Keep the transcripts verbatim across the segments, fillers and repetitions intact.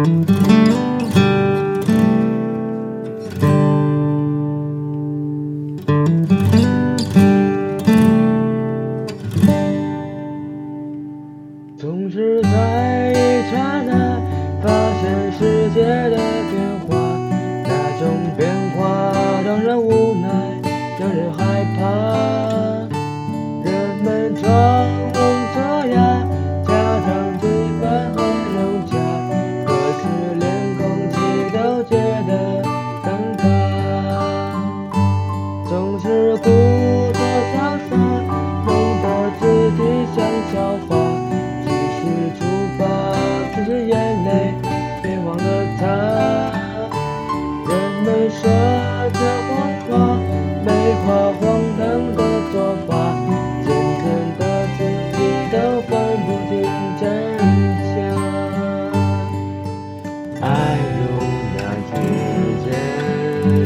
总是在一刹那发现世界的变化，那种变化让人无奈，让人害怕。人们装聋作哑，假装气氛很融洽，可是连空气都觉得尴尬。总是故作潇洒，弄得自己像笑话。出发，只是眼泪，别忘了他。人们说着谎话，美化荒唐的做法，渐渐的自己都分不清真假。爱如那指尖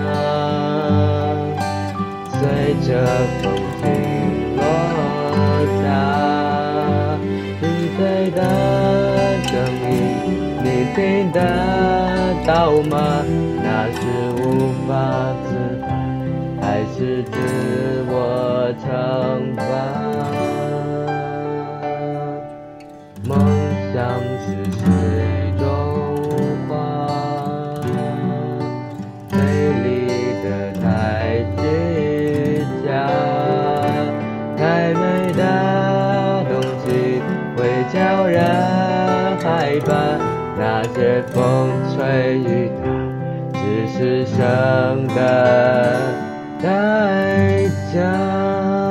上，随着风轻落下。谁的声音你听得到吗？那是无法自拔，还是自我惩罚？梦想是水中花，美丽的太虚假，太美的东西会叫人害怕，那些风吹雨打，只是生的代价。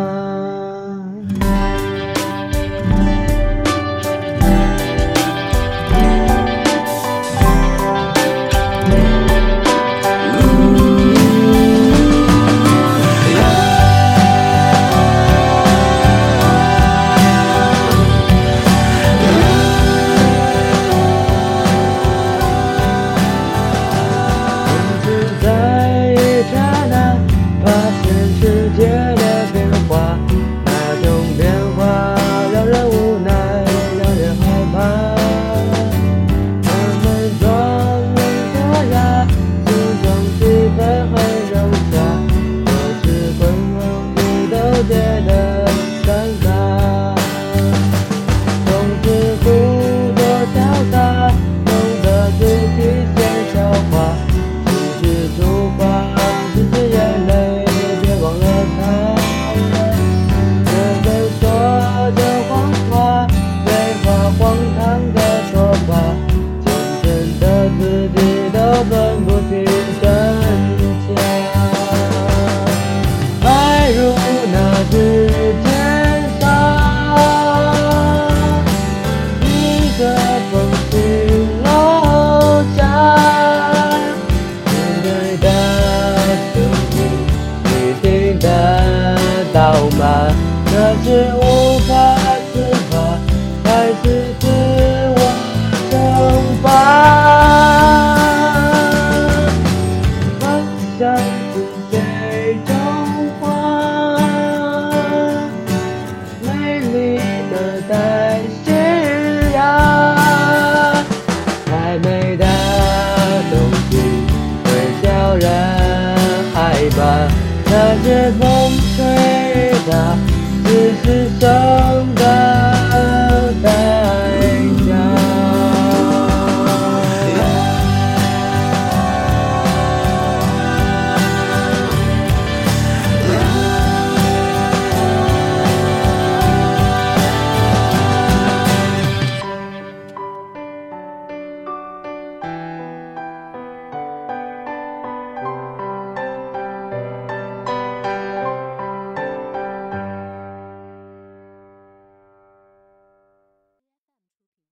觉得尴尬，总是故作潇洒，弄得自己像笑话。只是出发，只是眼泪，别忘了他。人们说着谎话，美化荒唐的说法，渐渐的自己都分不清真假。爱如那指尖上，一个风轻落下，美丽的声音，你听得到吗？那是无法自拔，还是自我惩罚？梦想是水中太虚呀，太美的东西会叫人害怕，那些风吹打，只是生